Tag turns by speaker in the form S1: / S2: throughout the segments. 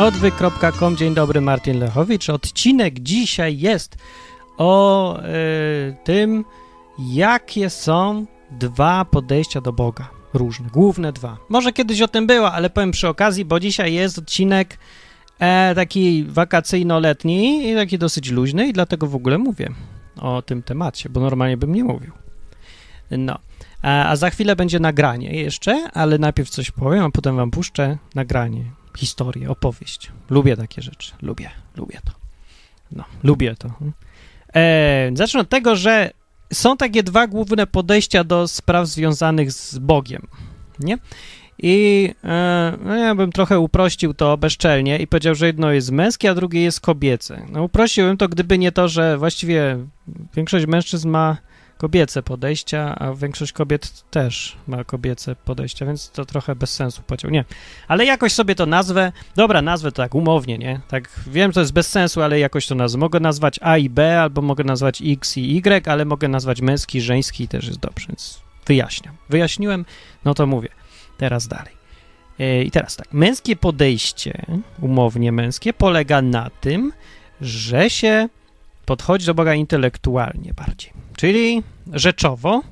S1: odwyk.com. Dzień dobry, Martin Lechowicz. Odcinek dzisiaj jest o tym, jakie są dwa podejścia do Boga. Różne, główne dwa. Może kiedyś o tym było, ale powiem przy okazji, bo dzisiaj jest odcinek taki wakacyjno-letni i taki dosyć luźny i dlatego w ogóle mówię o tym temacie, bo normalnie bym nie mówił. No. A za chwilę będzie nagranie jeszcze, ale najpierw coś powiem, a potem wam puszczę nagranie, historię, opowieść. Lubię takie rzeczy. Lubię to. No, lubię to. Zacznę od tego, że są takie dwa główne podejścia do spraw związanych z Bogiem, nie? I no ja bym trochę uprościł to bezczelnie i powiedział, że jedno jest męskie, a drugie jest kobiece. No uprościłbym to, gdyby nie to, że właściwie większość mężczyzn ma kobiece podejścia, a większość kobiet też ma kobiece podejścia, więc to trochę bez sensu powiedział. Nie, ale jakoś sobie to nazwę. Dobra, nazwę to tak umownie, nie? Tak wiem, to jest bez sensu, ale jakoś to nazwę. Mogę nazwać A i B, albo mogę nazwać X i Y, ale mogę nazwać męski, żeński też jest dobrze, więc wyjaśniam. Wyjaśniłem, no to mówię. Teraz dalej. I teraz tak. Męskie podejście, umownie męskie, polega na tym, że się podchodzi do Boga intelektualnie bardziej. Czyli rzeczowo,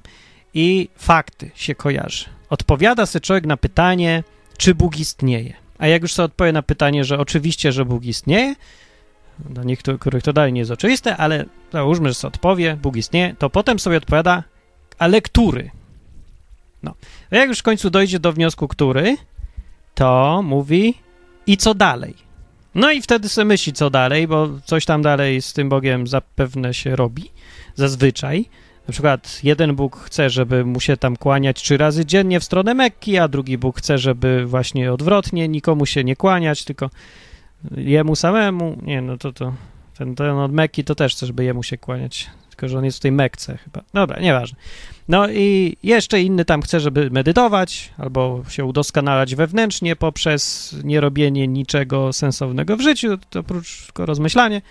S1: i fakty się kojarzy. Odpowiada sobie człowiek na pytanie, czy Bóg istnieje. A jak już sobie odpowie na pytanie, że oczywiście, że Bóg istnieje, dla niektórych to dalej nie jest oczywiste, ale załóżmy, że sobie odpowie, Bóg istnieje, to potem sobie odpowiada, ale który? No. A jak już w końcu dojdzie do wniosku, który, to mówi, i co dalej? No i wtedy sobie myśli, co dalej, bo coś tam dalej z tym Bogiem zapewne się robi, zazwyczaj. Na przykład jeden Bóg chce, żeby mu się tam kłaniać 3 razy dziennie w stronę Mekki, a drugi Bóg chce, żeby właśnie odwrotnie, nikomu się nie kłaniać, tylko jemu samemu. Nie, no ten od Mekki to też chce, żeby jemu się kłaniać, tylko że on jest w tej Mekce chyba. Dobra, nieważne. No i jeszcze inny tam chce, żeby medytować albo się udoskonalać wewnętrznie poprzez nierobienie niczego sensownego w życiu, to oprócz tylko rozmyślanie.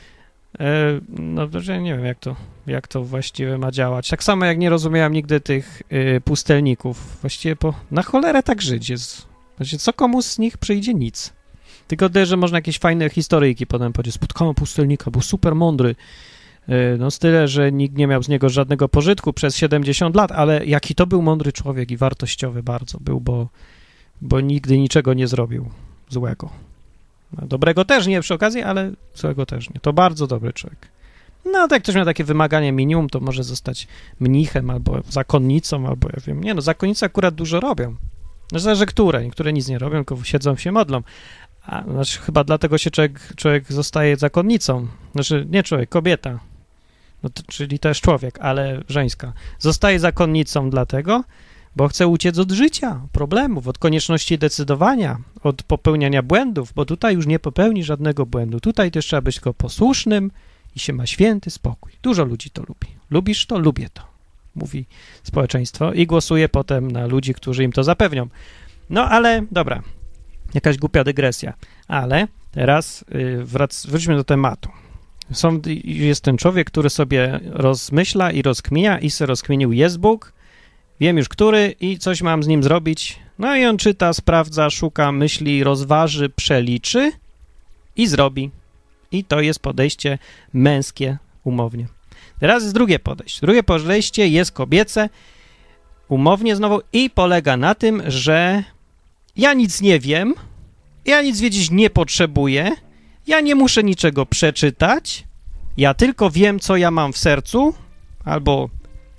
S1: No, że nie wiem, jak to właściwie ma działać. Tak samo jak nie rozumiałem nigdy tych pustelników. Właściwie na cholerę tak żyć jest. Znaczy, co komu z nich przyjdzie? Nic. Tylko tyle, że można jakieś fajne historyjki potem powiedzieć. Spotkałem pustelnika, był super mądry. No z tyle, że nikt nie miał z niego żadnego pożytku przez 70 lat, ale jaki to był mądry człowiek i wartościowy bardzo był, bo nigdy niczego nie zrobił złego. No, dobrego też nie przy okazji, ale złego też nie. To bardzo dobry człowiek. No, jak ktoś miał takie wymaganie minimum, to może zostać mnichem albo zakonnicą, albo ja wiem. Nie no, zakonnice akurat dużo robią. No, zależy które. Niektóre nic nie robią, tylko siedzą się modlą. Znaczy, chyba dlatego się człowiek zostaje zakonnicą. Znaczy, nie człowiek, kobieta. No to, czyli też człowiek, ale żeńska. Zostaje zakonnicą dlatego, bo chce uciec od życia, problemów, od konieczności decydowania, od popełniania błędów, bo tutaj już nie popełni żadnego błędu. Tutaj też trzeba być tylko posłusznym i się ma święty spokój. Dużo ludzi to lubi. Lubisz to? Lubię to, mówi społeczeństwo i głosuje potem na ludzi, którzy im to zapewnią. No ale, dobra, jakaś głupia dygresja, ale teraz wróćmy do tematu. Jest ten człowiek, który sobie rozmyśla i rozkmina i se rozkminił, jest Bóg, wiem już który i coś mam z nim zrobić. No i on czyta, sprawdza, szuka, myśli, rozważy, przeliczy i zrobi. I to jest podejście męskie umownie. Teraz jest drugie podejście. Drugie podejście jest kobiece, umownie znowu i polega na tym, że ja nic nie wiem, ja nic wiedzieć nie potrzebuję, ja nie muszę niczego przeczytać, ja tylko wiem, co ja mam w sercu, albo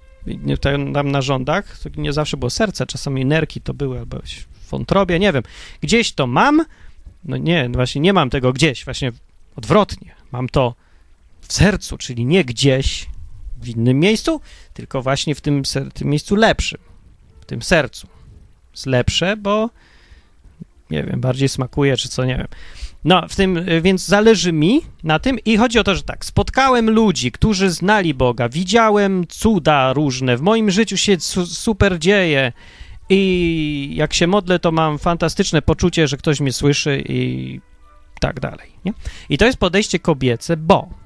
S1: tam na rządach, to nie zawsze było serce, czasami nerki to były, albo w wątrobie, nie wiem. Gdzieś to mam, no nie, właśnie nie mam tego gdzieś, właśnie odwrotnie. Mam to w sercu, czyli nie gdzieś w innym miejscu, tylko właśnie w tym miejscu lepszym, w tym sercu. Jest lepsze, bo nie wiem, bardziej smakuje, czy co, nie wiem. No, więc zależy mi na tym i chodzi o to, że tak, spotkałem ludzi, którzy znali Boga, widziałem cuda różne, w moim życiu się super dzieje i jak się modlę, to mam fantastyczne poczucie, że ktoś mnie słyszy i tak dalej, nie? I to jest podejście kobiece,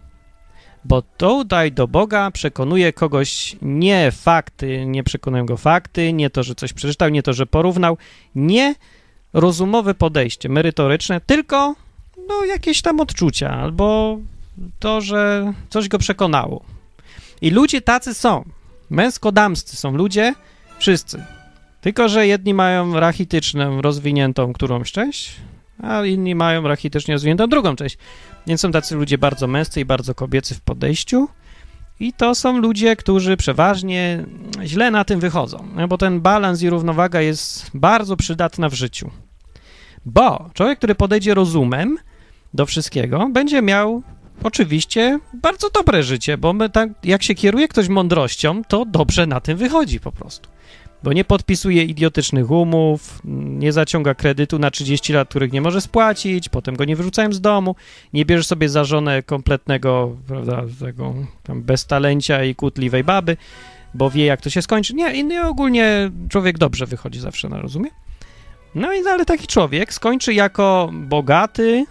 S1: bo tutaj do Boga przekonuje kogoś nie fakty, nie przekonują go fakty, nie to, że coś przeczytał, nie to, że porównał, nie rozumowe podejście, merytoryczne, tylko no, jakieś tam odczucia albo to, że coś go przekonało. I ludzie tacy są. Męsko-damscy są ludzie, wszyscy. Tylko że jedni mają rachityczną, rozwiniętą którąś część, a inni mają rachitycznie rozwiniętą drugą część. Więc są tacy ludzie bardzo męscy i bardzo kobiecy w podejściu. I to są ludzie, którzy przeważnie źle na tym wychodzą, bo ten balans i równowaga jest bardzo przydatna w życiu. Bo człowiek, który podejdzie rozumem do wszystkiego, będzie miał oczywiście bardzo dobre życie, bo jak się kieruje ktoś mądrością, to dobrze na tym wychodzi po prostu. Bo nie podpisuje idiotycznych umów, nie zaciąga kredytu na 30 lat, których nie może spłacić, potem go nie wyrzucają z domu, nie bierze sobie za żonę kompletnego, prawda, tego tam beztalencia i kłótliwej baby, bo wie, jak to się skończy. Nie, ogólnie człowiek dobrze wychodzi zawsze, na rozumie? No i ale taki człowiek skończy jako bogaty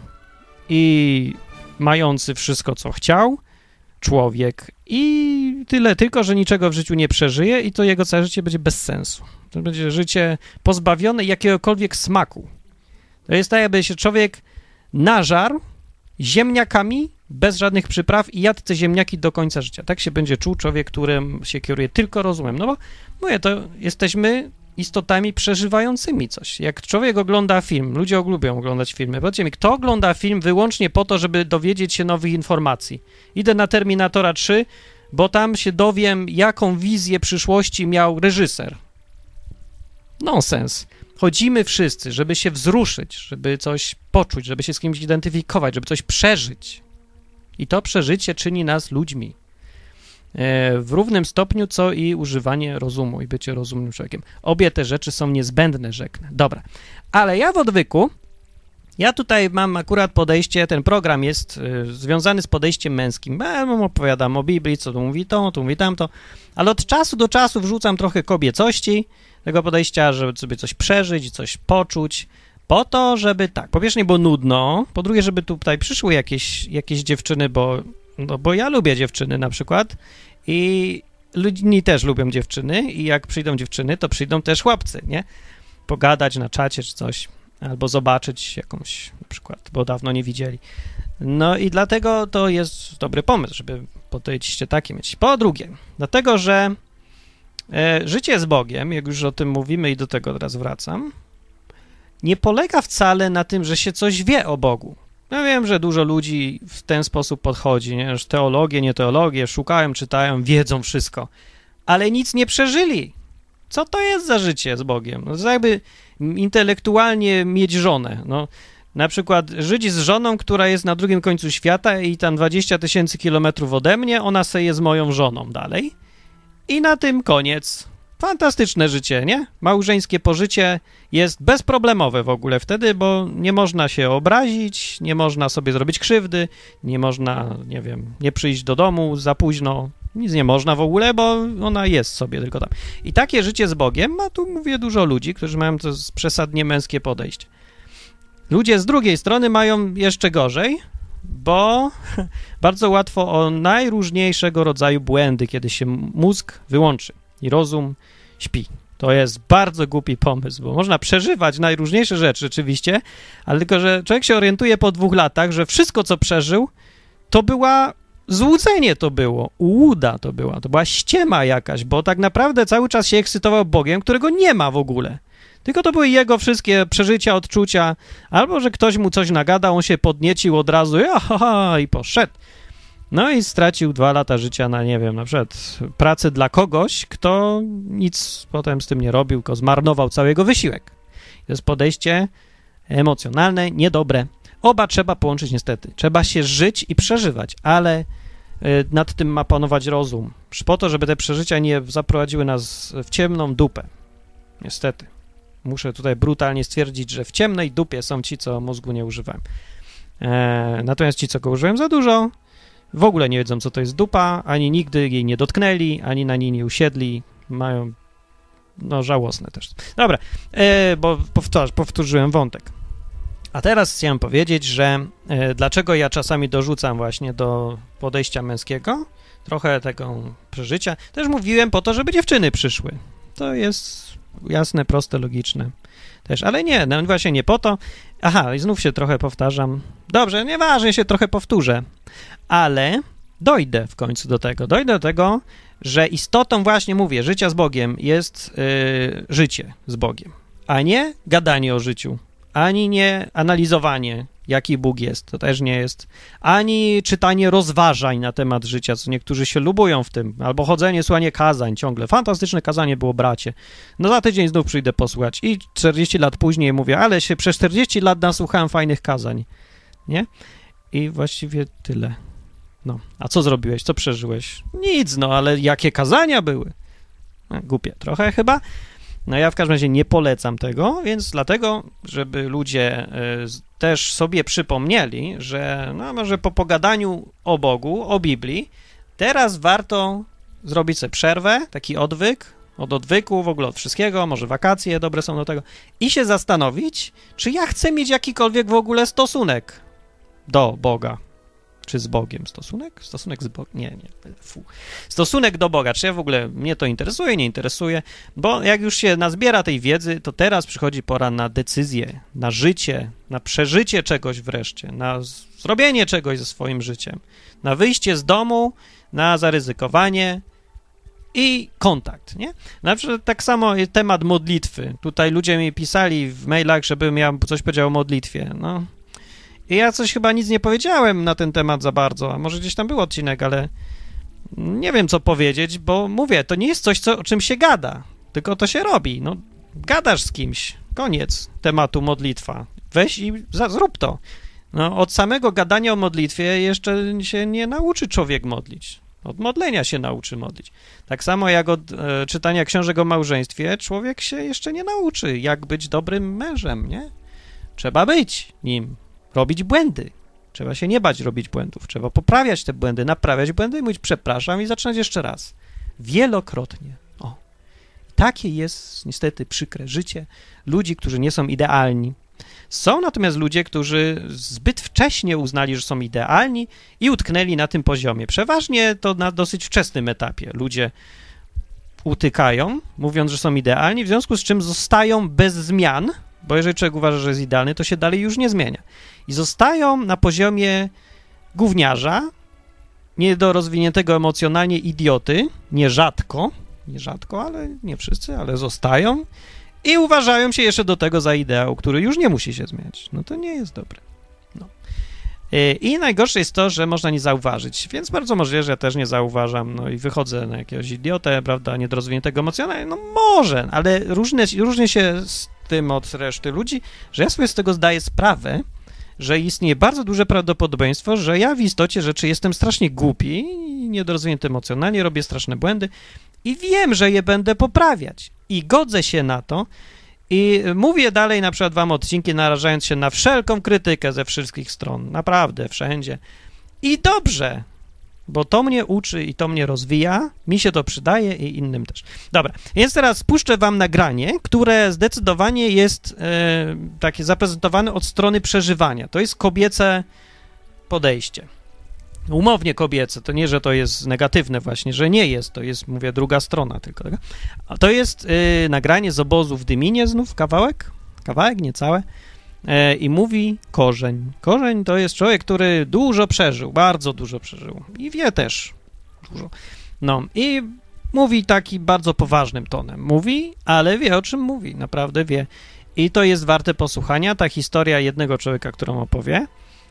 S1: i mający wszystko, co chciał, człowiek i tyle, tylko że niczego w życiu nie przeżyje i to jego całe życie będzie bez sensu. To będzie życie pozbawione jakiegokolwiek smaku. To jest tak, jakby się człowiek nażarł ziemniakami bez żadnych przypraw i jadł te ziemniaki do końca życia. Tak się będzie czuł człowiek, którym się kieruje tylko rozumem. No bo mówię, to jesteśmy istotami przeżywającymi coś. Jak człowiek ogląda film, ludzie lubią oglądać filmy. Powiedzcie mi, kto ogląda film wyłącznie po to, żeby dowiedzieć się nowych informacji? Idę na Terminatora 3, bo tam się dowiem, jaką wizję przyszłości miał reżyser. Nonsens. Chodzimy wszyscy, żeby się wzruszyć, żeby coś poczuć, żeby się z kimś identyfikować, żeby coś przeżyć. I to przeżycie czyni nas ludźmi. W równym stopniu, co i używanie rozumu i bycie rozumnym człowiekiem. Obie te rzeczy są niezbędne, rzeknę. Dobra, ale ja w odwyku, ja tutaj mam akurat podejście, ten program jest związany z podejściem męskim. Ja opowiadam o Biblii, co tu mówi to, tu mówi tamto, ale od czasu do czasu wrzucam trochę kobiecości, tego podejścia, żeby sobie coś przeżyć, coś poczuć, po to, żeby tak, po pierwsze nie było nudno, po drugie, żeby tutaj przyszły jakieś dziewczyny, bo ja lubię dziewczyny na przykład i inni też lubią dziewczyny i jak przyjdą dziewczyny, to przyjdą też chłopcy, nie? Pogadać na czacie czy coś, albo zobaczyć jakąś na przykład, bo dawno nie widzieli. No i dlatego to jest dobry pomysł, żeby podejście takie mieć. Po drugie, dlatego, że życie z Bogiem, jak już o tym mówimy i do tego teraz wracam, nie polega wcale na tym, że się coś wie o Bogu. Ja wiem, że dużo ludzi w ten sposób podchodzi, nie? Że teologię, nie teologię, szukają, czytają, wiedzą wszystko, ale nic nie przeżyli. Co to jest za życie z Bogiem? No, to jakby intelektualnie mieć żonę. No, na przykład żyć z żoną, która jest na drugim końcu świata i tam 20 000 kilometrów ode mnie, ona se jest moją żoną dalej. I na tym koniec. Fantastyczne życie, nie? Małżeńskie pożycie jest bezproblemowe w ogóle wtedy, bo nie można się obrazić, nie można sobie zrobić krzywdy, nie można, nie wiem, nie przyjść do domu za późno, nic nie można w ogóle, bo ona jest sobie tylko tam. I takie życie z Bogiem, a tu mówię dużo ludzi, którzy mają to przesadnie męskie podejście. Ludzie z drugiej strony mają jeszcze gorzej, bo bardzo łatwo o najróżniejszego rodzaju błędy, kiedy się mózg wyłączy i rozum śpi. To jest bardzo głupi pomysł, bo można przeżywać najróżniejsze rzeczy rzeczywiście, ale tylko, że człowiek się orientuje po 2 latach, że wszystko, co przeżył, to była złudzenie to było, ułuda to była ściema jakaś, bo tak naprawdę cały czas się ekscytował Bogiem, którego nie ma w ogóle. Tylko to były jego wszystkie przeżycia, odczucia, albo że ktoś mu coś nagadał, on się podniecił od razu i poszedł. No i stracił 2 lata życia na, nie wiem, na przykład pracę dla kogoś, kto nic potem z tym nie robił, tylko zmarnował cały jego wysiłek. To jest podejście emocjonalne, niedobre. Oba trzeba połączyć niestety. Trzeba się żyć i przeżywać, ale nad tym ma panować rozum. Po to, żeby te przeżycia nie zaprowadziły nas w ciemną dupę. Niestety. Muszę tutaj brutalnie stwierdzić, że w ciemnej dupie są ci, co mózgu nie używają. Natomiast ci, co go używają za dużo, w ogóle nie wiedzą, co to jest dupa, ani nigdy jej nie dotknęli, ani na niej nie usiedli. Mają, no, żałosne też. Dobra, bo powtórzyłem wątek. A teraz chciałem powiedzieć, że dlaczego ja czasami dorzucam właśnie do podejścia męskiego trochę tego przeżycia. Też mówiłem po to, żeby dziewczyny przyszły. To jest jasne, proste, logiczne też, ale nie, no właśnie nie po to. Aha, i znów się trochę powtarzam. Dobrze, nieważne, się trochę powtórzę, ale dojdę w końcu do tego. Dojdę do tego, że istotą właśnie, mówię, życia z Bogiem jest życie z Bogiem, a nie gadanie o życiu, ani nie analizowanie, jaki Bóg jest, to też nie jest, ani czytanie rozważań na temat życia, co niektórzy się lubują w tym, albo chodzenie, słuchanie kazań ciągle. Fantastyczne kazanie było, bracie. No za tydzień znów przyjdę posłuchać i 40 lat później mówię, ale się przez 40 lat nasłuchałem fajnych kazań, nie? I właściwie tyle. No, a co zrobiłeś? Co przeżyłeś? Nic, no, ale jakie kazania były? No, głupie trochę chyba. No ja w każdym razie nie polecam tego, więc dlatego, żeby ludzie też sobie przypomnieli, że no może po pogadaniu o Bogu, o Biblii, teraz warto zrobić sobie przerwę, taki odwyk, od odwyku, w ogóle od wszystkiego, może wakacje dobre są do tego, i się zastanowić, czy ja chcę mieć jakikolwiek w ogóle stosunek do Boga. Czy z Bogiem stosunek? Stosunek z Bogiem? Nie, fu. Stosunek do Boga. Czy ja w ogóle, mnie to interesuje, nie interesuje? Bo jak już się nazbiera tej wiedzy, to teraz przychodzi pora na decyzję, na życie, na przeżycie czegoś wreszcie, na zrobienie czegoś ze swoim życiem, na wyjście z domu, na zaryzykowanie i kontakt, nie? Na przykład tak samo temat modlitwy. Tutaj ludzie mi pisali w mailach, żebym ja coś powiedział o modlitwie, no. I ja coś chyba nic nie powiedziałem na ten temat za bardzo, a może gdzieś tam był odcinek, ale nie wiem, co powiedzieć, bo mówię, to nie jest coś, o czym się gada, tylko to się robi. No, gadasz z kimś, koniec tematu modlitwa. Weź i zrób to. No, od samego gadania o modlitwie jeszcze się nie nauczy człowiek modlić. Od modlenia się nauczy modlić. Tak samo jak od czytania książek o małżeństwie człowiek się jeszcze nie nauczy, jak być dobrym mężem, nie? Trzeba być nim. Robić błędy. Trzeba się nie bać robić błędów. Trzeba poprawiać te błędy, naprawiać błędy i mówić przepraszam i zaczynać jeszcze raz. Wielokrotnie. O. Takie jest niestety przykre życie ludzi, którzy nie są idealni. Są natomiast ludzie, którzy zbyt wcześnie uznali, że są idealni i utknęli na tym poziomie. Przeważnie to na dosyć wczesnym etapie. Ludzie utykają, mówiąc, że są idealni, w związku z czym zostają bez zmian, bo jeżeli człowiek uważa, że jest idealny, to się dalej już nie zmienia. I zostają na poziomie gówniarza, niedorozwiniętego emocjonalnie idioty, nierzadko, ale nie wszyscy, ale zostają i uważają się jeszcze do tego za ideał, który już nie musi się zmieniać. No to nie jest dobre. No. I najgorsze jest to, że można nie zauważyć, więc bardzo możliwe, że ja też nie zauważam, no i wychodzę na jakiegoś idiotę, prawda, niedorozwiniętego emocjonalnie, no może, ale różnie się z tym od reszty ludzi, że ja sobie z tego zdaję sprawę, że istnieje bardzo duże prawdopodobieństwo, że ja w istocie rzeczy jestem strasznie głupi i niedorozwinięty emocjonalnie, robię straszne błędy i wiem, że je będę poprawiać i godzę się na to i mówię dalej na przykład wam odcinki, narażając się na wszelką krytykę ze wszystkich stron, naprawdę, wszędzie. I dobrze, bo to mnie uczy i to mnie rozwija, mi się to przydaje i innym też. Dobra, więc teraz puszczę wam nagranie, które zdecydowanie jest takie zaprezentowane od strony przeżywania. To jest kobiece podejście. Umownie kobiece, to nie, że to jest negatywne właśnie, że nie jest, to jest, mówię, druga strona tylko. Tak? A to jest nagranie z obozu w Dyminie znów, kawałek, niecałe. I mówi Korzeń. Korzeń to jest człowiek, który dużo przeżył, bardzo dużo przeżył i wie też dużo. No i mówi taki bardzo poważnym tonem. Mówi, ale wie, o czym mówi, naprawdę wie. I to jest warte posłuchania, ta historia jednego człowieka, którą opowie.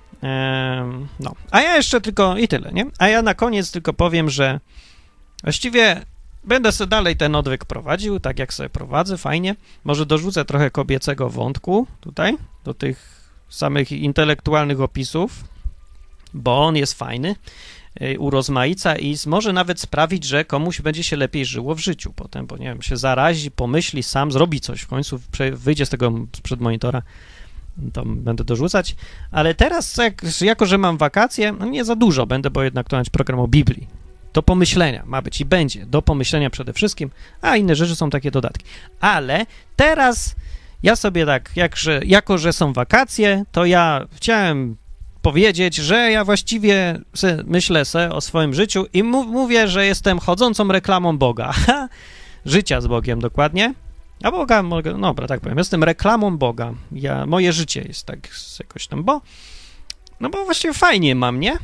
S1: No, a ja jeszcze tylko i tyle, nie? A ja na koniec tylko powiem, że właściwie będę sobie dalej ten odwyk prowadził, tak jak sobie prowadzę, fajnie. Może dorzucę trochę kobiecego wątku tutaj, do tych samych intelektualnych opisów, bo on jest fajny, urozmaica i może nawet sprawić, że komuś będzie się lepiej żyło w życiu potem, bo nie wiem, się zarazi, pomyśli sam, zrobi coś, w końcu wyjdzie z tego sprzed monitora, to będę dorzucać, ale teraz, jako że mam wakacje, no nie za dużo będę, bo jednak to będzie program o Biblii. Do pomyślenia ma być i będzie, do pomyślenia przede wszystkim, a inne rzeczy są takie dodatki. Ale teraz ja sobie tak, jako że są wakacje, to ja chciałem powiedzieć, że ja właściwie myślę o swoim życiu i mówię, że jestem chodzącą reklamą Boga. Życia z Bogiem dokładnie. A Boga mogę, no dobra, tak powiem, jestem reklamą Boga. Moje życie jest tak jakoś tam, bo właściwie fajnie mam, nie?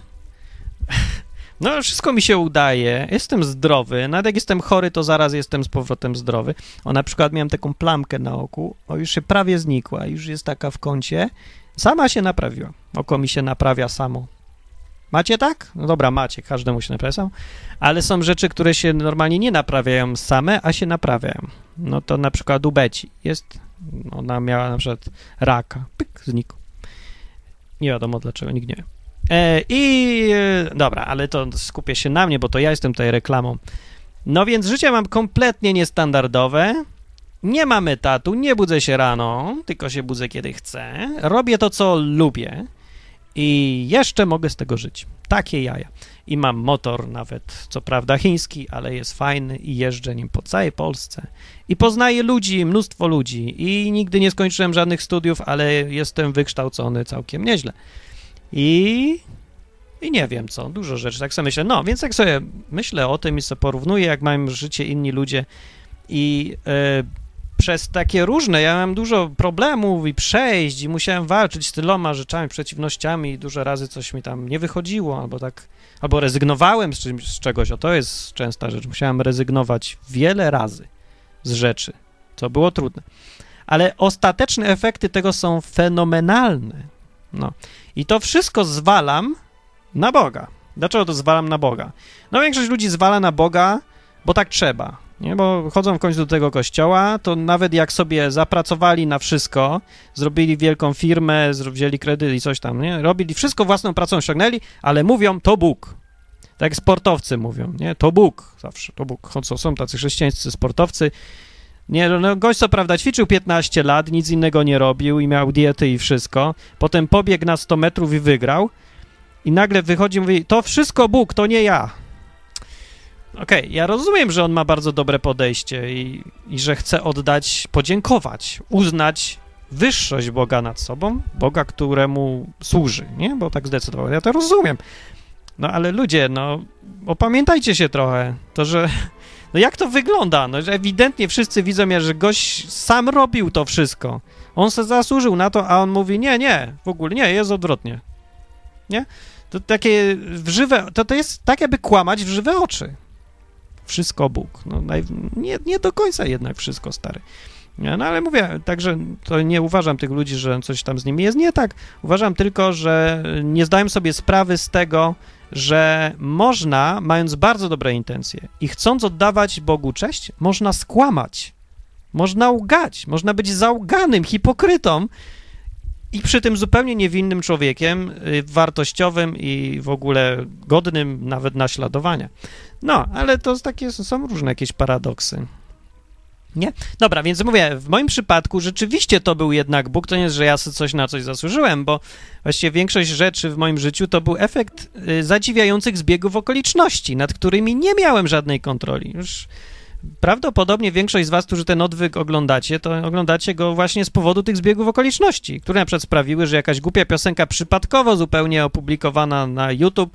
S1: No, wszystko mi się udaje, jestem zdrowy, nawet jak jestem chory, to zaraz jestem z powrotem zdrowy. Na przykład miałem taką plamkę na oku, już się prawie znikła, już jest taka w kącie, sama się naprawiła. Oko mi się naprawia samo. Macie tak? No dobra, macie, każdemu się naprawia samo, ale są rzeczy, które się normalnie nie naprawiają same, a się naprawiają. No to na przykład u Beci ona miała na przykład raka, pyk, znikł. Nie wiadomo dlaczego, nikt nie wie. Dobra, ale to skupię się na mnie, bo to ja jestem tutaj reklamą. No więc życie mam kompletnie niestandardowe, nie mam etatu, nie budzę się rano, tylko się budzę kiedy chcę, robię to, co lubię i jeszcze mogę z tego żyć. Takie jaja. I mam motor nawet, co prawda chiński, ale jest fajny i jeżdżę nim po całej Polsce. I poznaję ludzi, mnóstwo ludzi i nigdy nie skończyłem żadnych studiów, ale jestem wykształcony całkiem nieźle. I nie wiem co, dużo rzeczy, tak sobie myślę. No, więc jak sobie myślę o tym i sobie porównuję, jak mają życie inni ludzie i przez takie różne, ja mam dużo problemów i przejść i musiałem walczyć z tyloma rzeczami, przeciwnościami i dużo razy coś mi tam nie wychodziło, albo rezygnowałem z czegoś, to jest częsta rzecz, musiałem rezygnować wiele razy z rzeczy, co było trudne. Ale ostateczne efekty tego są fenomenalne. No. I to wszystko zwalam na Boga. Dlaczego to zwalam na Boga? No większość ludzi zwala na Boga, bo tak trzeba, nie? Bo chodzą w końcu do tego kościoła, to nawet jak sobie zapracowali na wszystko, zrobili wielką firmę, wzięli kredyt i coś tam, nie? Robili wszystko własną pracą, osiągnęli, ale mówią, to Bóg. Tak jak sportowcy mówią, nie? To Bóg zawsze, to Bóg. Są tacy chrześcijańscy sportowcy. Nie, no gość co prawda ćwiczył 15 lat, nic innego nie robił i miał diety i wszystko, potem pobiegł na 100 metrów i wygrał i nagle wychodzi i mówi, to wszystko Bóg, to nie ja. Okej, ja rozumiem, że on ma bardzo dobre podejście i że chce podziękować, uznać wyższość Boga nad sobą, Boga, któremu służy, nie? Bo tak zdecydował, ja to rozumiem. No ale ludzie, opamiętajcie się trochę, to że... No jak to wygląda? No, że ewidentnie wszyscy widzą, że gość sam robił to wszystko. On se zasłużył na to, a on mówi, nie, w ogóle nie, jest odwrotnie. Nie? To takie to jest tak, jakby kłamać w żywe oczy. Wszystko Bóg. No, nie do końca jednak wszystko, stary. No ale mówię, także to nie uważam tych ludzi, że coś tam z nimi jest nie tak. Uważam tylko, że nie zdają sobie sprawy z tego, że można, mając bardzo dobre intencje i chcąc oddawać Bogu cześć, można skłamać, można łgać, można być załganym, hipokrytą i przy tym zupełnie niewinnym człowiekiem, wartościowym i w ogóle godnym nawet naśladowania. No, ale to są różne jakieś paradoksy. Nie? Dobra, więc mówię, w moim przypadku rzeczywiście to był jednak Bóg, to nie jest, że ja sobie na coś zasłużyłem, bo właściwie większość rzeczy w moim życiu to był efekt zadziwiających zbiegów okoliczności, nad którymi nie miałem żadnej kontroli. Już prawdopodobnie większość z was, którzy ten odwyk oglądacie, to oglądacie go właśnie z powodu tych zbiegów okoliczności, które na przykład sprawiły, że jakaś głupia piosenka przypadkowo zupełnie opublikowana na YouTube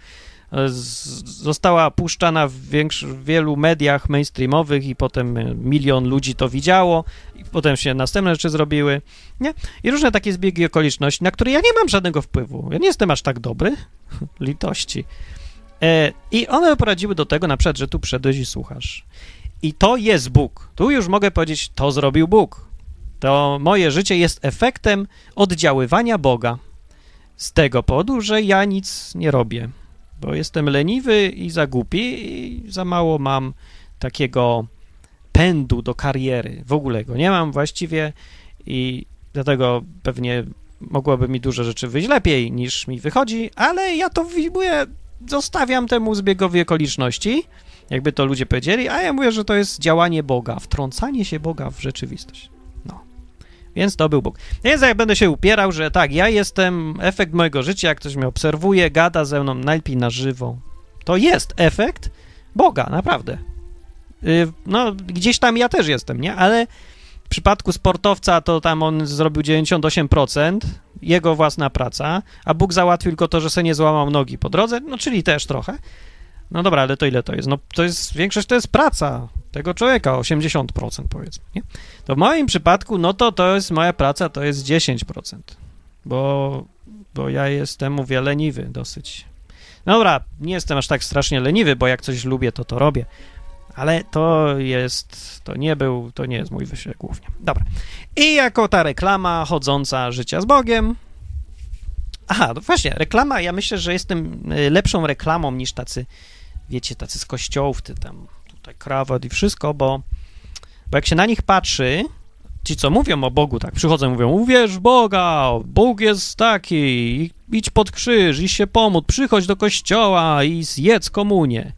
S1: została puszczana w wielu mediach mainstreamowych i potem 1 milion ludzi to widziało i potem się następne rzeczy zrobiły, nie? I różne takie zbiegi okoliczności, na które ja nie mam żadnego wpływu. Ja nie jestem aż tak dobry, litości. I one poradziły do tego na przykład, że tu przyszedłeś i słuchasz. I to jest Bóg. Tu już mogę powiedzieć, to zrobił Bóg. To moje życie jest efektem oddziaływania Boga. Z tego powodu, że ja nic nie robię. Bo jestem leniwy i za głupi i za mało mam takiego pędu do kariery. W ogóle go nie mam właściwie i dlatego pewnie mogłoby mi dużo rzeczy wyjść lepiej niż mi wychodzi, ale ja to zostawiam temu zbiegowi okoliczności, jakby to ludzie powiedzieli, a ja mówię, że to jest działanie Boga, wtrącanie się Boga w rzeczywistość. No. Więc to był Bóg. Więc jak będę się upierał, że tak, ja jestem efekt mojego życia, jak ktoś mnie obserwuje, gada ze mną, najlepiej na żywo. To jest efekt Boga, naprawdę. No, gdzieś tam ja też jestem, nie? Ale w przypadku sportowca to tam on zrobił 98%, jego własna praca, a Bóg załatwił tylko to, że se nie złamał nogi po drodze, no czyli też trochę. No dobra, ale to ile to jest? No to jest, większość to jest praca tego człowieka, 80% powiedzmy, nie? To w moim przypadku, no to jest moja praca, to jest 10%, bo ja jestem, mówię, leniwy dosyć. No dobra, nie jestem aż tak strasznie leniwy, bo jak coś lubię, to robię, ale to nie jest mój wysiłek głównie. Dobra. I jako ta reklama chodząca życia z Bogiem. Aha, no właśnie, reklama, ja myślę, że jestem lepszą reklamą niż tacy, wiecie, tacy z kościołów, tam tutaj krawat i wszystko, bo jak się na nich patrzy, ci, co mówią o Bogu, tak przychodzą i mówią, uwierz w Boga, Bóg jest taki, idź pod krzyż, idź się pomóc, przychodź do kościoła i zjedz komunię.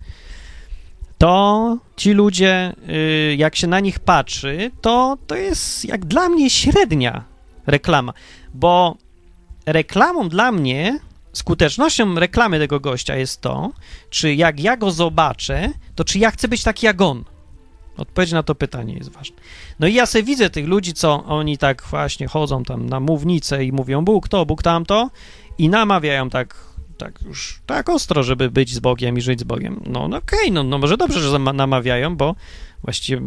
S1: To ci ludzie, jak się na nich patrzy, to jest jak dla mnie średnia reklama, bo reklamą dla mnie, skutecznością reklamy tego gościa jest to, czy jak ja go zobaczę, to czy ja chcę być taki jak on. Odpowiedź na to pytanie jest ważna. No i ja sobie widzę tych ludzi, co oni tak właśnie chodzą tam na mównicę i mówią Bóg to, Bóg tamto i namawiają tak już tak ostro, żeby być z Bogiem i żyć z Bogiem. No okej, no może dobrze, że namawiają, bo właściwie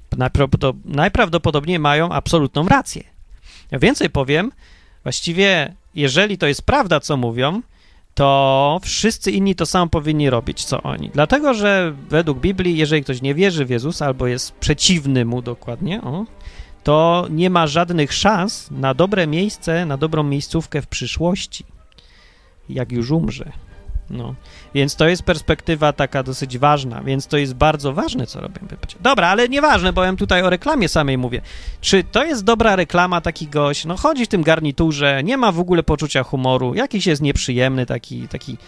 S1: najprawdopodobniej mają absolutną rację. Ja więcej powiem, właściwie jeżeli to jest prawda, co mówią, to wszyscy inni to samo powinni robić, co oni. Dlatego, że według Biblii, jeżeli ktoś nie wierzy w Jezusa albo jest przeciwny mu dokładnie, to nie ma żadnych szans na dobre miejsce, na dobrą miejscówkę w przyszłości, jak już umrze. No. Więc to jest perspektywa taka dosyć ważna, więc to jest bardzo ważne, co robią. Dobra, ale nieważne, bo ja tutaj o reklamie samej mówię. Czy to jest dobra reklama, taki gość, no chodzi w tym garniturze, nie ma w ogóle poczucia humoru, jakiś jest nieprzyjemny taki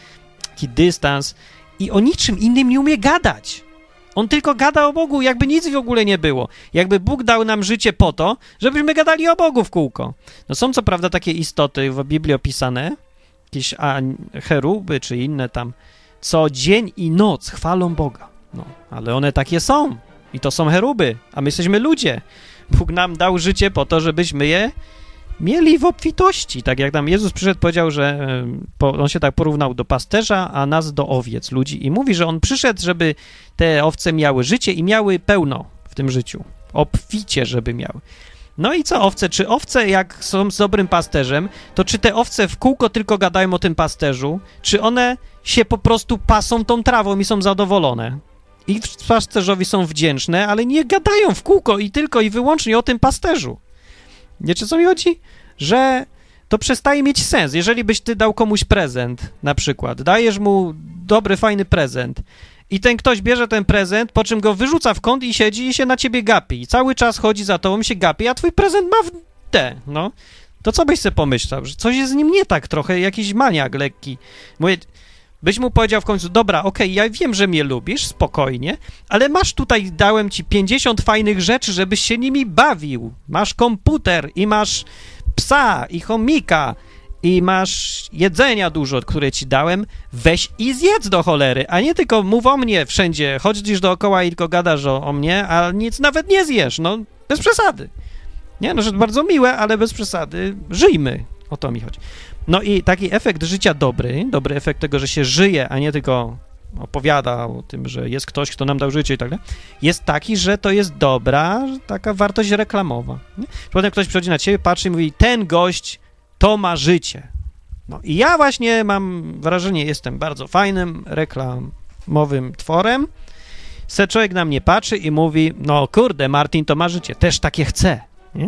S1: dystans i o niczym innym nie umie gadać. On tylko gada o Bogu, jakby nic w ogóle nie było. Jakby Bóg dał nam życie po to, żebyśmy gadali o Bogu w kółko. No są co prawda takie istoty w Biblii opisane, jakieś cheruby czy inne tam, co dzień i noc chwalą Boga. No, ale one takie są. I to są cheruby, a my jesteśmy ludzie. Bóg nam dał życie po to, żebyśmy je mieli w obfitości. Tak jak tam Jezus przyszedł, powiedział, że on się tak porównał do pasterza, a nas do owiec, ludzi. I mówi, że on przyszedł, żeby te owce miały życie i miały pełno w tym życiu. Obficie, żeby miały. No i co owce? Czy owce, jak są z dobrym pasterzem, to czy te owce w kółko tylko gadają o tym pasterzu, czy one się po prostu pasą tą trawą i są zadowolone? I pasterzowi są wdzięczne, ale nie gadają w kółko i tylko i wyłącznie o tym pasterzu. Wiecie, co mi chodzi? Że to przestaje mieć sens. Jeżeli byś ty dał komuś prezent, na przykład, dajesz mu dobry, fajny prezent i ten ktoś bierze ten prezent, po czym go wyrzuca w kąt i siedzi i się na ciebie gapi. I cały czas chodzi za tobą i się gapi, a twój prezent ma w D, no. To co byś sobie pomyślał? Że coś jest z nim nie tak trochę, jakiś maniak lekki. Mówię, byś mu powiedział w końcu, dobra, okej, ja wiem, że mnie lubisz, spokojnie, ale masz tutaj, dałem ci 50 fajnych rzeczy, żebyś się nimi bawił. Masz komputer i masz psa i chomika i masz jedzenia dużo, które ci dałem, weź i zjedz do cholery, a nie tylko mów o mnie wszędzie, chodzisz dookoła i tylko gadasz o mnie, a nic nawet nie zjesz, no, bez przesady. Nie, no, że bardzo miłe, ale bez przesady, żyjmy, o to mi chodzi. No i taki efekt życia dobry efekt tego, że się żyje, a nie tylko opowiada o tym, że jest ktoś, kto nam dał życie i tak dalej, jest taki, że to jest dobra, taka wartość reklamowa. Nie? Potem ktoś przychodzi na ciebie, patrzy i mówi, ten gość to ma życie. No i ja właśnie mam wrażenie, jestem bardzo fajnym, reklamowym tworem. Człowiek na mnie patrzy i mówi, no kurde, Martin to ma życie, też takie chce. Nie?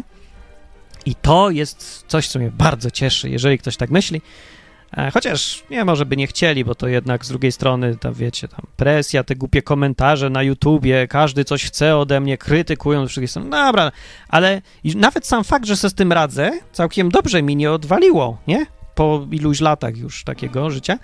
S1: I to jest coś, co mnie bardzo cieszy, jeżeli ktoś tak myśli. Chociaż nie, może by nie chcieli, bo to jednak z drugiej strony, tam wiecie, tam presja, te głupie komentarze na YouTubie, każdy coś chce ode mnie, krytykują, wszystkie są, dobra, ale nawet sam fakt, że sobie z tym radzę, całkiem dobrze mi nie odwaliło, nie? Po iluś latach już takiego życia.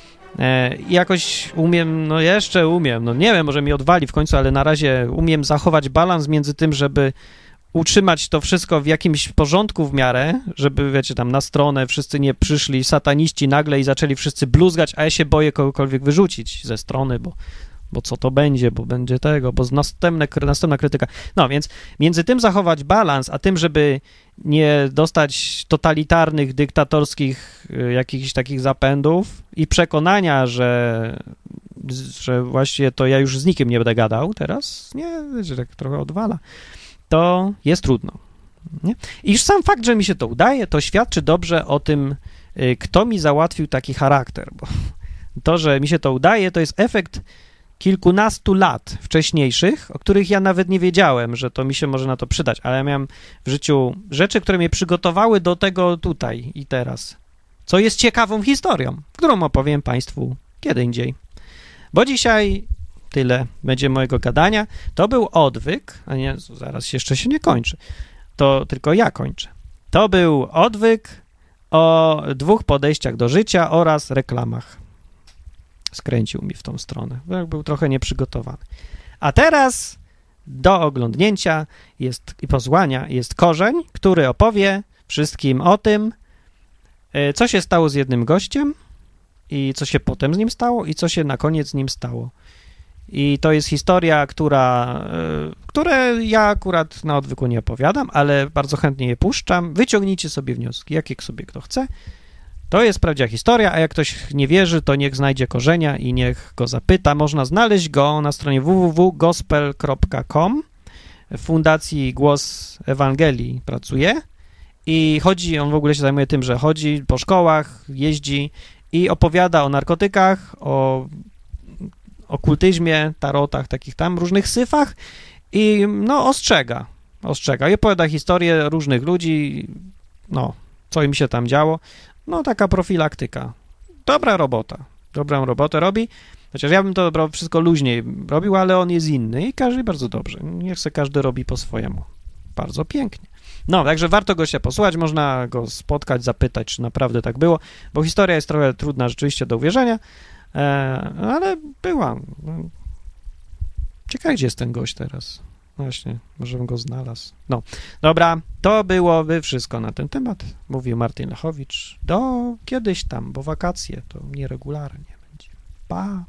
S1: Jakoś umiem, no jeszcze umiem, no nie wiem, może mi odwali w końcu, ale na razie umiem zachować balans między tym, żeby utrzymać to wszystko w jakimś porządku w miarę, żeby, wiecie, tam na stronę wszyscy nie przyszli sataniści nagle i zaczęli wszyscy bluzgać, a ja się boję kogokolwiek wyrzucić ze strony, bo bo co to będzie, bo będzie tego, bo następna krytyka. No więc między tym zachować balans, a tym, żeby nie dostać totalitarnych, dyktatorskich jakichś takich zapędów i przekonania, że właściwie to ja już z nikim nie będę gadał teraz, nie, że tak trochę odwala, to jest trudno. Nie? I już sam fakt, że mi się to udaje, to świadczy dobrze o tym, kto mi załatwił taki charakter, bo to, że mi się to udaje, to jest efekt kilkunastu lat wcześniejszych, o których ja nawet nie wiedziałem, że to mi się może na to przydać, ale ja miałem w życiu rzeczy, które mnie przygotowały do tego tutaj i teraz, co jest ciekawą historią, którą opowiem Państwu kiedy indziej. Bo dzisiaj tyle będzie mojego gadania. To był odwyk, a nie, zaraz jeszcze się nie kończy, to tylko ja kończę. To był odwyk o 2 podejściach do życia oraz reklamach. Skręcił mi w tą stronę, bo był trochę nieprzygotowany. A teraz do oglądnięcia i posłania jest korzeń, który opowie wszystkim o tym, co się stało z jednym gościem i co się potem z nim stało i co się na koniec z nim stało. I to jest historia, które ja akurat na odwyku nie opowiadam, ale bardzo chętnie je puszczam. Wyciągnijcie sobie wnioski, jakie sobie kto chce. To jest prawdziwa historia, a jak ktoś nie wierzy, to niech znajdzie korzenia i niech go zapyta. Można znaleźć go na stronie www.gospel.com. W Fundacji Głos Ewangelii pracuje i on w ogóle się zajmuje tym, że chodzi po szkołach, jeździ i opowiada o narkotykach, o okultyzmie, tarotach, takich tam różnych syfach i no ostrzega i opowiada historię różnych ludzi, no, co im się tam działo, no taka profilaktyka. Dobrą robotę robi, chociaż ja bym to wszystko luźniej robił, ale on jest inny i każdy bardzo dobrze, niech se każdy robi po swojemu. Bardzo pięknie. No, także warto go się posłuchać, można go spotkać, zapytać, czy naprawdę tak było, bo historia jest trochę trudna rzeczywiście do uwierzenia, ale była. Ciekawe, gdzie jest ten gość teraz. Właśnie, może bym go znalazł. No, dobra, to byłoby wszystko na ten temat, mówił Martin Lechowicz. Do kiedyś tam, bo wakacje to nieregularnie będzie. Pa!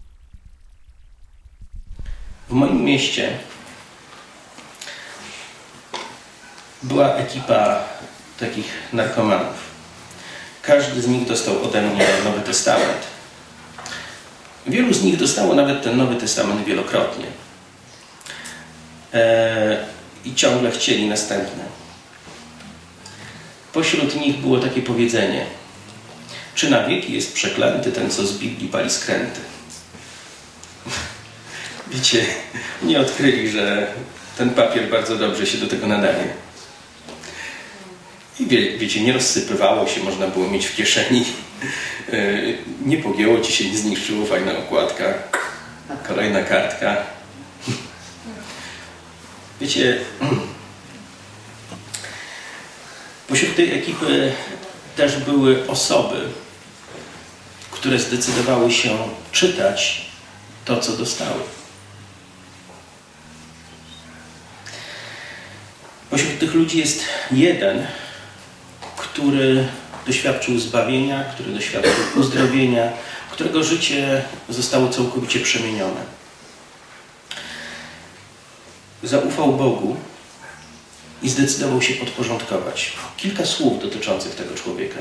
S2: W moim mieście była ekipa takich narkomanów. Każdy z nich dostał ode mnie Nowy Testament. Wielu z nich dostało nawet ten Nowy Testament wielokrotnie. I ciągle chcieli następne. Pośród nich było takie powiedzenie: czy na wieki jest przeklęty ten, co z Biblii pali skręty? Wiecie, nie odkryli, że ten papier bardzo dobrze się do tego nadaje. I wiecie, nie rozsypywało się, można było mieć w kieszeni. Nie pogięło ci się, nie zniszczyło, fajna okładka, kolejna kartka. Wiecie, pośród tej ekipy też były osoby, które zdecydowały się czytać to, co dostały. Pośród tych ludzi jest jeden, który doświadczył zbawienia, który doświadczył uzdrowienia, którego życie zostało całkowicie przemienione. Zaufał Bogu i zdecydował się podporządkować. Kilka słów dotyczących tego człowieka.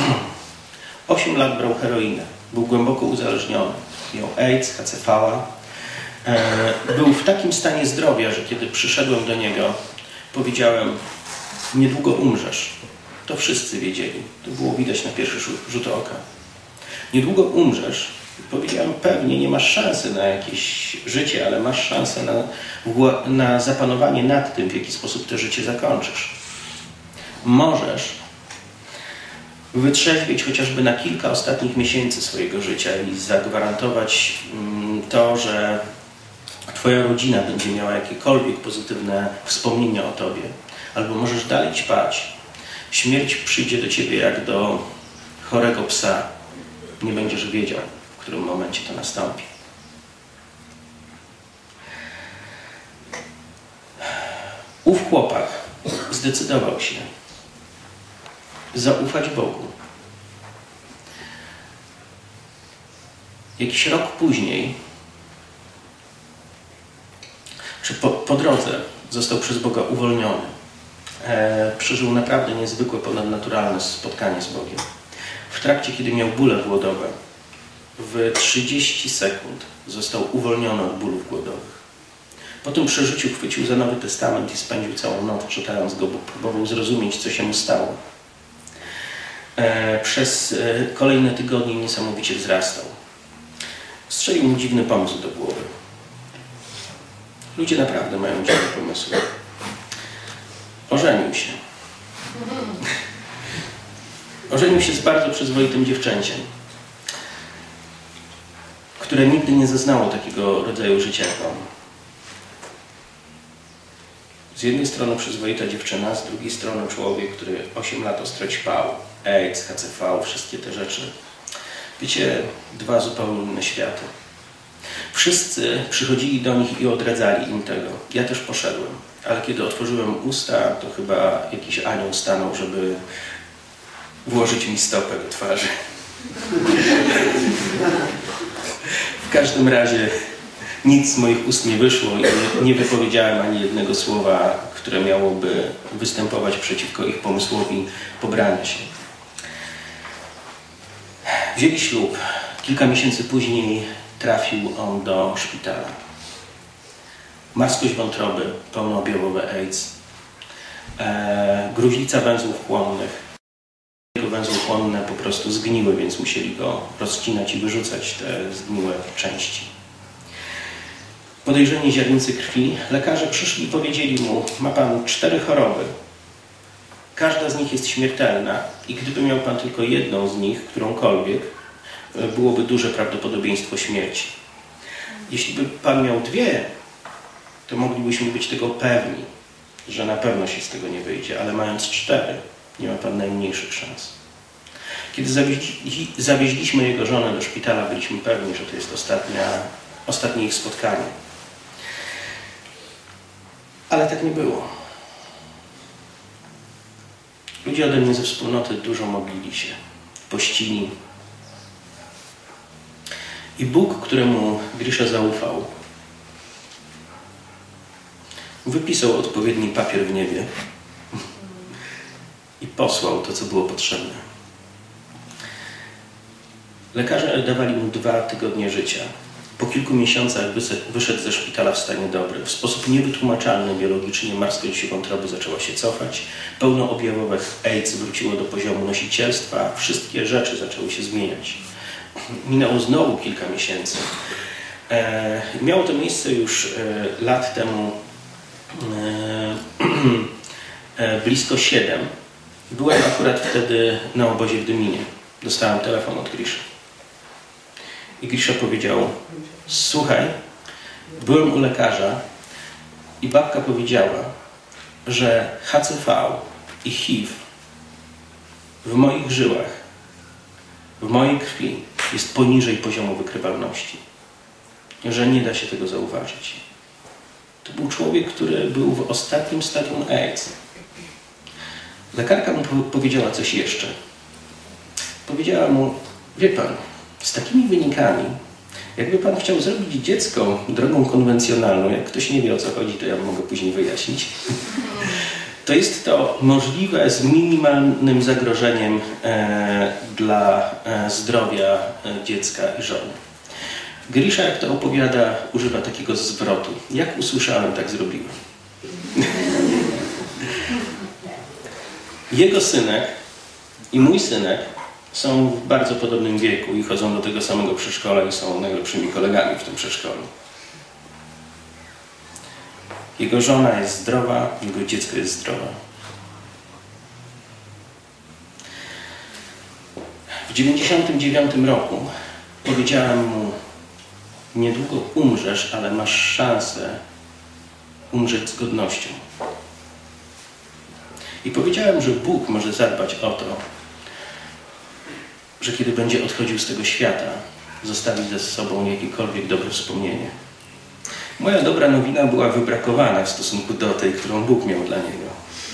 S2: 8 lat brał heroinę. Był głęboko uzależniony. Miał AIDS, HCV. Był w takim stanie zdrowia, że kiedy przyszedłem do niego, powiedziałem: niedługo umrzesz. To wszyscy wiedzieli. To było widać na pierwszy rzut oka. Niedługo umrzesz. Powiedziałem: pewnie nie masz szansy na jakieś życie, ale masz szansę na zapanowanie nad tym, w jaki sposób to życie zakończysz. Możesz wytrzeźwieć chociażby na kilka ostatnich miesięcy swojego życia i zagwarantować to, że twoja rodzina będzie miała jakiekolwiek pozytywne wspomnienia o tobie. Albo możesz dalej ćpać. Śmierć przyjdzie do ciebie jak do chorego psa. Nie będziesz wiedział, w którym momencie to nastąpi. Ów chłopak zdecydował się zaufać Bogu. Jakiś rok później czy po drodze został przez Boga uwolniony. Przeżył naprawdę niezwykłe, ponadnaturalne spotkanie z Bogiem. W trakcie, kiedy miał bóle głodowe, w 30 sekund został uwolniony od bólów głodowych. Po tym przeżyciu chwycił za Nowy Testament i spędził całą noc czytając go, bo próbował zrozumieć, co się mu stało. Przez kolejne tygodnie niesamowicie wzrastał. Strzelił mu dziwny pomysł do głowy. Ludzie naprawdę mają dziwne pomysły. Ożenił się. Ożenił się z bardzo przyzwoitym dziewczęciem, które nigdy nie zaznało takiego rodzaju życia jak on. Z jednej strony przyzwoita dziewczyna, z drugiej strony człowiek, który 8 lat ostro ćpał. AIDS, HCV, wszystkie te rzeczy. Wiecie, dwa zupełnie inne światy. Wszyscy przychodzili do nich i odradzali im tego. Ja też poszedłem, ale kiedy otworzyłem usta, to chyba jakiś anioł stanął, żeby włożyć mi stopę do twarzy. W każdym razie nic z moich ust nie wyszło i nie wypowiedziałem ani jednego słowa, które miałoby występować przeciwko ich pomysłowi pobrania się. Wzięli ślub. Kilka miesięcy później trafił on do szpitala. Marskość wątroby, pełnoobjawowe AIDS, gruźlica węzłów chłonnych. Jego węzły chłonne po prostu zgniły, więc musieli go rozcinać i wyrzucać te zgniłe części. Podejrzenie ziarnicy krwi. Lekarze przyszli i powiedzieli mu: ma pan 4 choroby. Każda z nich jest śmiertelna i gdyby miał pan tylko jedną z nich, którąkolwiek, byłoby duże prawdopodobieństwo śmierci. Jeśli by pan miał 2, to moglibyśmy być tego pewni, że na pewno się z tego nie wyjdzie, ale mając 4, nie ma pan najmniejszych szans. Kiedy zawieźliśmy jego żonę do szpitala, byliśmy pewni, że to jest ostatnie ich spotkanie. Ale tak nie było. Ludzie ode mnie ze wspólnoty dużo modlili się, pościli. I Bóg, któremu Grisza zaufał, wypisał odpowiedni papier w niebie i posłał to, co było potrzebne. Lekarze dawali mu 2 tygodnie życia. Po kilku miesiącach wyszedł ze szpitala w stanie dobrym. W sposób niewytłumaczalny biologicznie marskość wątroby zaczęła się cofać. Pełnoobjawowe AIDS wróciło do poziomu nosicielstwa. Wszystkie rzeczy zaczęły się zmieniać. Minęło znowu kilka miesięcy. Miało to miejsce już lat temu blisko 7. Byłem akurat wtedy na obozie w Dyminie. Dostałem telefon od Griszy. I Grisza powiedział: słuchaj, byłem u lekarza i babka powiedziała, że HCV i HIV w moich żyłach, w mojej krwi jest poniżej poziomu wykrywalności. Że nie da się tego zauważyć. To był człowiek, który był w ostatnim stadium AIDS. Lekarka mu powiedziała coś jeszcze. Powiedziała mu: wie pan, z takimi wynikami, jakby pan chciał zrobić dziecko drogą konwencjonalną, jak ktoś nie wie, o co chodzi, to ja mogę później wyjaśnić, to jest to możliwe z minimalnym zagrożeniem dla zdrowia dziecka i żony. Grisza, jak to opowiada, używa takiego zwrotu. Jak usłyszałem, tak zrobiłem. Jego synek i mój synek są w bardzo podobnym wieku i chodzą do tego samego przedszkola i są najlepszymi kolegami w tym przedszkolu. Jego żona jest zdrowa, jego dziecko jest zdrowe. W 1999 roku powiedziałem mu: niedługo umrzesz, ale masz szansę umrzeć z godnością. I powiedziałem, że Bóg może zadbać o to, że kiedy będzie odchodził z tego świata, zostawi ze sobą jakiekolwiek dobre wspomnienie. Moja dobra nowina była wybrakowana w stosunku do tej, którą Bóg miał dla niego.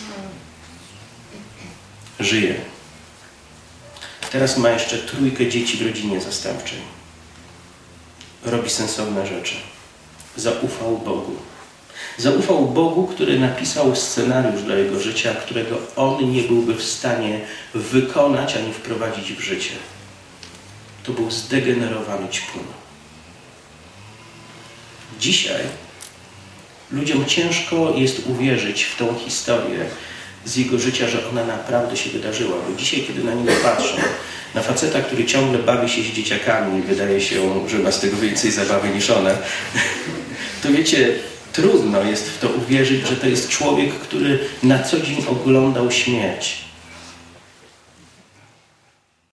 S2: Żyje. Teraz ma jeszcze 3 dzieci w rodzinie zastępczej. Robi sensowne rzeczy. Zaufał Bogu. Zaufał Bogu, który napisał scenariusz dla jego życia, którego on nie byłby w stanie wykonać ani wprowadzić w życie. To był zdegenerowany ćpun. Dzisiaj ludziom ciężko jest uwierzyć w tą historię z jego życia, że ona naprawdę się wydarzyła. Bo dzisiaj, kiedy na niego patrzą, na faceta, który ciągle bawi się z dzieciakami i wydaje się, że ma z tego więcej zabawy niż one, to wiecie, trudno jest w to uwierzyć, że to jest człowiek, który na co dzień oglądał śmierć.